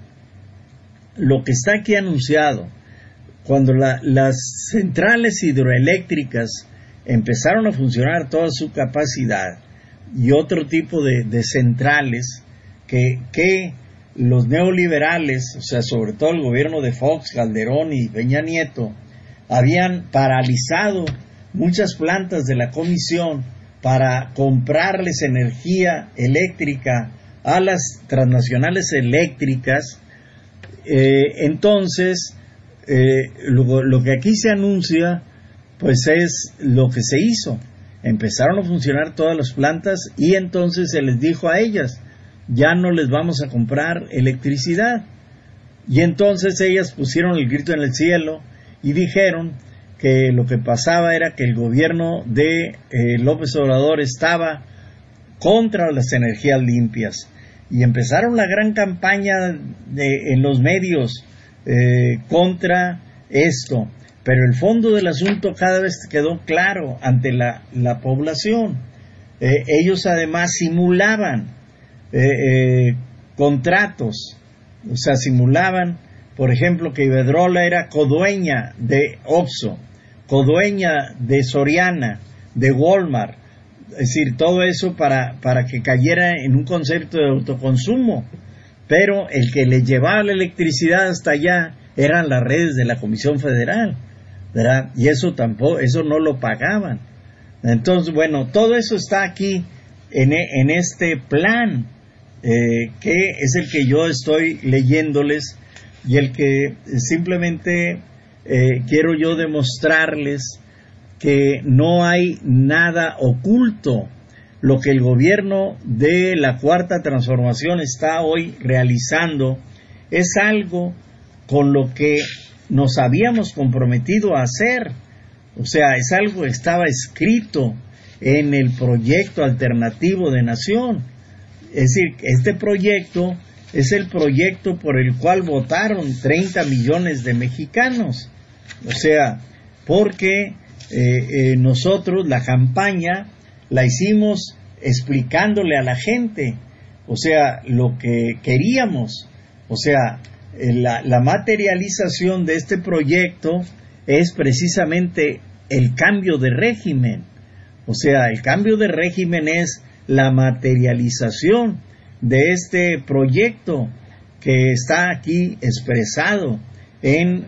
lo que está aquí anunciado, cuando las centrales hidroeléctricas empezaron a funcionar toda su capacidad, y otro tipo de centrales que los neoliberales, o sea, sobre todo el gobierno de Fox, Calderón y Peña Nieto, habían paralizado muchas plantas de la Comisión para comprarles energía eléctrica a las transnacionales eléctricas. Entonces, lo que aquí se anuncia, pues es lo que se hizo. Empezaron a funcionar todas las plantas y entonces se les dijo a ellas, ya no les vamos a comprar electricidad. Y entonces ellas pusieron el grito en el cielo y dijeron que lo que pasaba era que el gobierno de López Obrador estaba contra las energías limpias. Y empezaron la gran campaña en los medios contra esto. Pero el fondo del asunto cada vez quedó claro ante la población. Ellos además simulaban contratos, o sea, simulaban, por ejemplo, que Iberdrola era codueña de Oxxo, codueña de Soriana, de Walmart, es decir, todo eso para que cayera en un concepto de autoconsumo, pero el que le llevaba la electricidad hasta allá eran las redes de la Comisión Federal, ¿verdad? Y eso tampoco, eso no lo pagaban. Entonces, bueno, todo eso está aquí en este plan, que es el que yo estoy leyéndoles y el que simplemente quiero yo demostrarles que no hay nada oculto. Lo que el gobierno de la Cuarta Transformación está hoy realizando es algo con lo que nos habíamos comprometido a hacer. O sea, es algo que estaba escrito en el proyecto alternativo de nación. Es decir, este proyecto es el proyecto por el cual votaron 30 millones de mexicanos. O sea, porque nosotros la campaña la hicimos explicándole a la gente, o sea, lo que queríamos. O sea, la materialización de este proyecto es precisamente el cambio de régimen. O sea, el cambio de régimen es la materialización de este proyecto que está aquí expresado en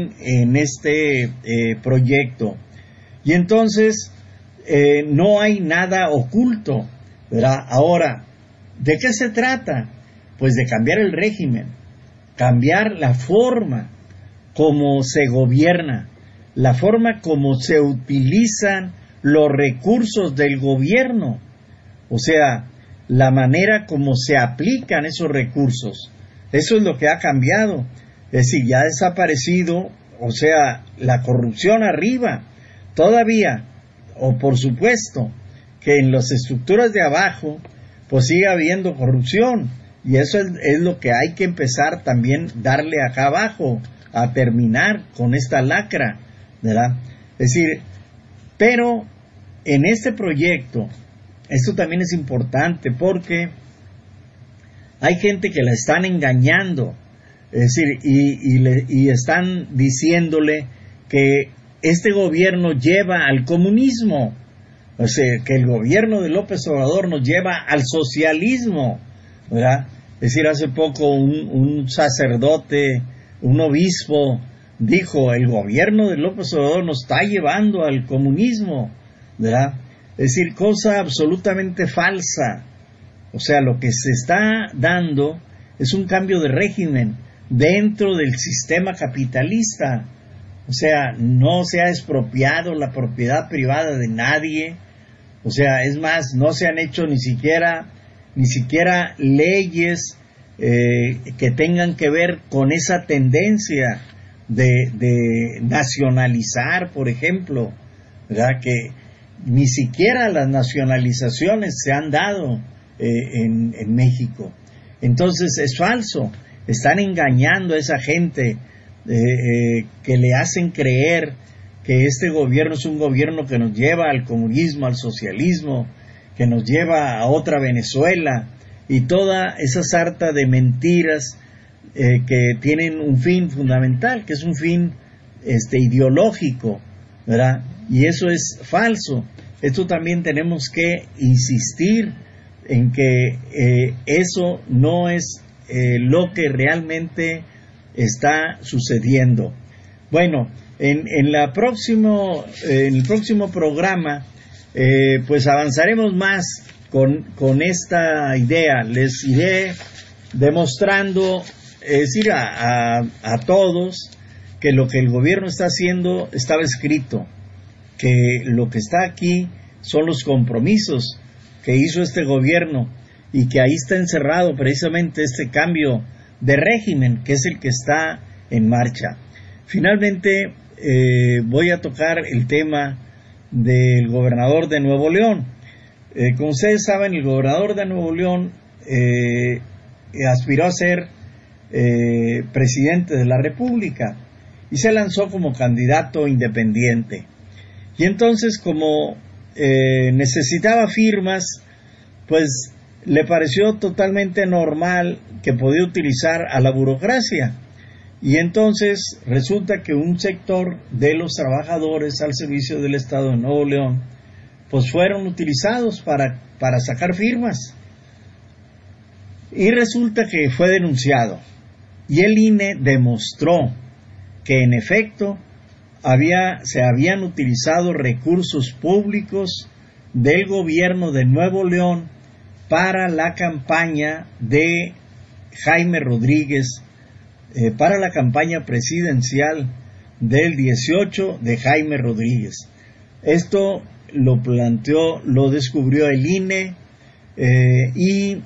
este proyecto. Y entonces no hay nada oculto, ¿verdad? Ahora, ¿de qué se trata? Pues de cambiar el régimen, cambiar la forma como se gobierna, la forma como se utilizan los recursos del gobierno, o sea, la manera como se aplican esos recursos. Eso es lo que ha cambiado. Es decir, ya ha desaparecido, o sea, la corrupción arriba. Todavía o por supuesto, que en las estructuras de abajo, pues sigue habiendo corrupción. Y eso es lo que hay que empezar también darle acá abajo, a terminar con esta lacra, ¿verdad? Es decir, pero en este proyecto, esto también es importante porque hay gente que la están engañando, es decir, y están diciéndole que este gobierno lleva al comunismo, o sea, que el gobierno de López Obrador nos lleva al socialismo, ¿verdad? Es decir, hace poco un sacerdote, un obispo, dijo, el gobierno de López Obrador nos está llevando al comunismo, ¿verdad? Es decir, cosa absolutamente falsa. O sea, lo que se está dando es un cambio de régimen dentro del sistema capitalista. O sea, no se ha expropiado la propiedad privada de nadie. O sea, es más, no se han hecho ni siquiera leyes que tengan que ver con esa tendencia de nacionalizar, por ejemplo, ¿verdad? Que ni siquiera las nacionalizaciones se han dado en México. Entonces es falso, están engañando a esa gente que le hacen creer que este gobierno es un gobierno que nos lleva al comunismo, al socialismo, que nos lleva a otra Venezuela, y toda esa sarta de mentiras que tienen un fin fundamental, que es un fin ideológico, ¿verdad? Y eso es falso. Esto también tenemos que insistir en que eso no es lo que realmente está sucediendo. Bueno, en el próximo programa pues avanzaremos más con esta idea. Les iré demostrando, es decir, a todos, que lo que el gobierno está haciendo estaba escrito, que lo que está aquí son los compromisos que hizo este gobierno, y que ahí está encerrado precisamente este cambio de régimen, que es el que está en marcha. Finalmente voy a tocar el tema del gobernador de Nuevo León. Como ustedes saben, el gobernador de Nuevo León aspiró a ser presidente de la República y se lanzó como candidato independiente. Y entonces, como necesitaba firmas, pues le pareció totalmente normal que podía utilizar a la burocracia. Y entonces resulta que un sector de los trabajadores al servicio del Estado de Nuevo León pues fueron utilizados para sacar firmas. Y resulta que fue denunciado. Y el INE demostró que en efecto se habían utilizado recursos públicos del gobierno de Nuevo León para la campaña de Jaime Rodríguez, para la campaña presidencial del 18 de Jaime Rodríguez. Esto lo descubrió el INE y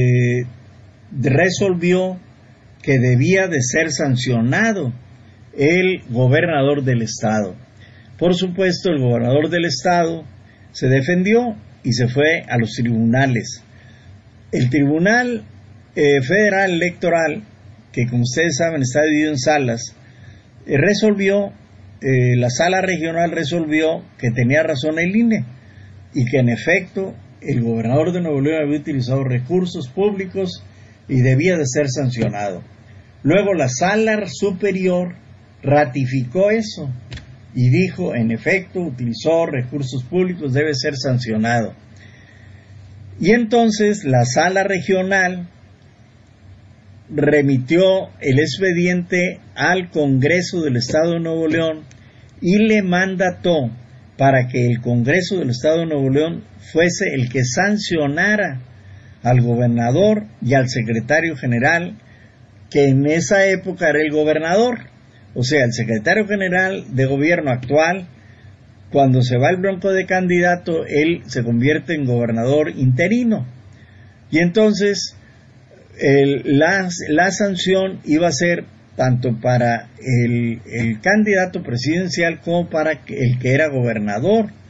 resolvió que debía de ser sancionado el gobernador del estado. Por supuesto, el gobernador del estado se defendió y se fue a los tribunales. El Tribunal Federal Electoral, que como ustedes saben está dividido en salas, la sala regional resolvió que tenía razón el INE y que en efecto el gobernador de Nuevo León había utilizado recursos públicos y debía de ser sancionado. Luego la sala superior ratificó eso y dijo, en efecto, utilizó recursos públicos, debe ser sancionado. Y entonces la sala regional remitió el expediente al Congreso del Estado de Nuevo León y le mandató para que el Congreso del Estado de Nuevo León fuese el que sancionara al gobernador y al secretario general, que en esa época era el gobernador. O sea, el secretario general de gobierno actual, cuando se va el bronco de candidato, él se convierte en gobernador interino. Y entonces la sanción iba a ser tanto para el candidato presidencial como para el que era gobernador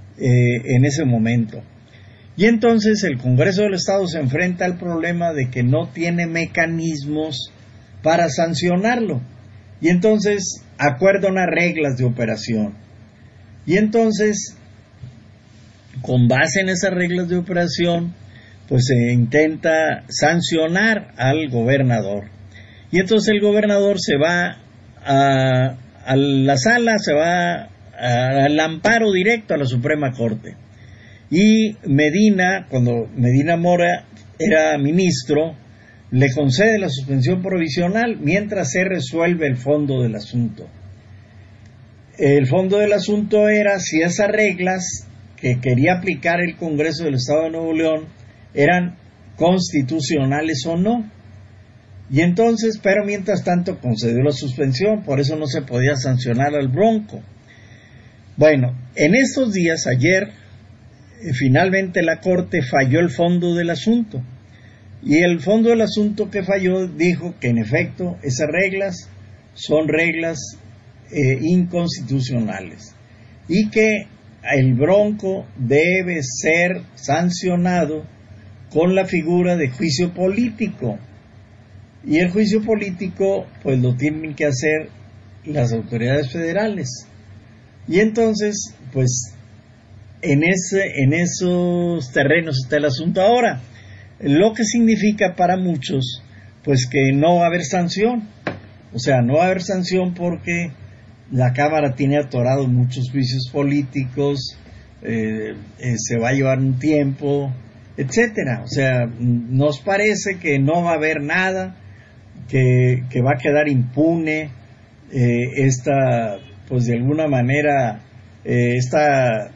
en ese momento. Y entonces el Congreso del Estado se enfrenta al problema de que no tiene mecanismos para sancionarlo. Y entonces acuerda unas reglas de operación. Y entonces, con base en esas reglas de operación, pues se intenta sancionar al gobernador. Y entonces el gobernador se va a la sala, se va al amparo directo a la Suprema Corte. Y Medina, cuando Medina Mora era ministro, le concede la suspensión provisional mientras se resuelve el fondo del asunto. El fondo del asunto era si esas reglas que quería aplicar el Congreso del Estado de Nuevo León eran constitucionales o no. Y entonces, pero mientras tanto concedió la suspensión, por eso no se podía sancionar al Bronco. Bueno, en estos días, ayer, finalmente la Corte falló el fondo del asunto. Y el fondo del asunto que falló dijo que en efecto esas reglas son reglas inconstitucionales y que el Bronco debe ser sancionado con la figura de juicio político. Y el juicio político pues lo tienen que hacer las autoridades federales. Y entonces pues en esos terrenos está el asunto ahora, lo que significa para muchos pues que no va a haber sanción. O sea, no va a haber sanción porque la Cámara tiene atorados muchos juicios políticos, se va a llevar un tiempo, etcétera. O sea, nos parece que no va a haber nada, que va a quedar impune esta, pues de alguna manera, esta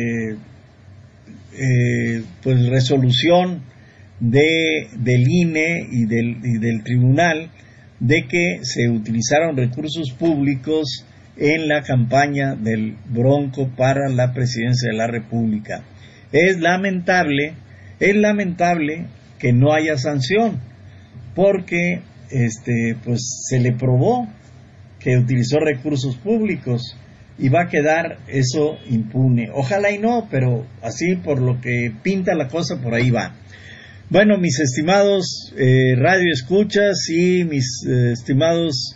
pues resolución del INE y del tribunal de que se utilizaron recursos públicos en la campaña del Bronco para la presidencia de la República. Es lamentable que no haya sanción, porque pues se le probó que utilizó recursos públicos y va a quedar eso impune. Ojalá y no, pero así por lo que pinta la cosa, por ahí va. Bueno, mis estimados radio escuchas y mis estimados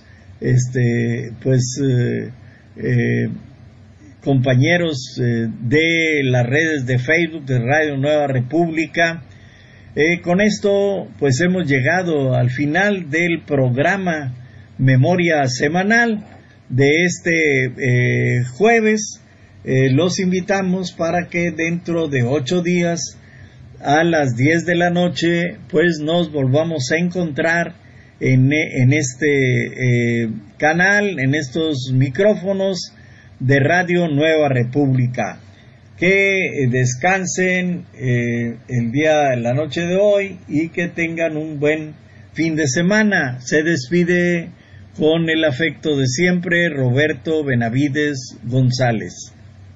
compañeros de las redes de Facebook de Radio Nueva República, con esto pues hemos llegado al final del programa Memoria Semanal de este jueves. Los invitamos para que dentro de 8 días a las 10 de la noche pues nos volvamos a encontrar en este canal, en estos micrófonos de Radio Nueva República. Que descansen la noche de hoy y que tengan un buen fin de semana. Se despide con el afecto de siempre Roberto Benavides González.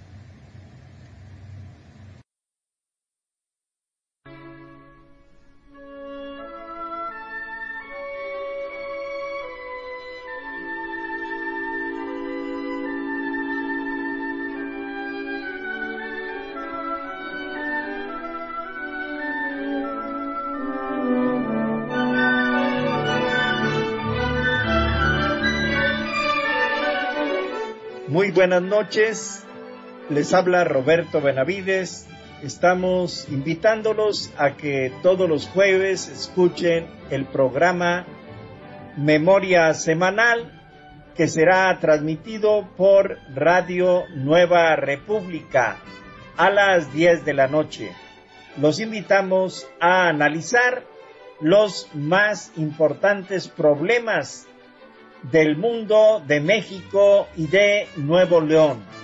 Muy buenas noches, les habla Roberto Benavides. Estamos invitándolos a que todos los jueves escuchen el programa Memoria Semanal, que será transmitido por Radio Nueva República a las 10 de la noche. Los invitamos a analizar los más importantes problemas del mundo, de México y de Nuevo León.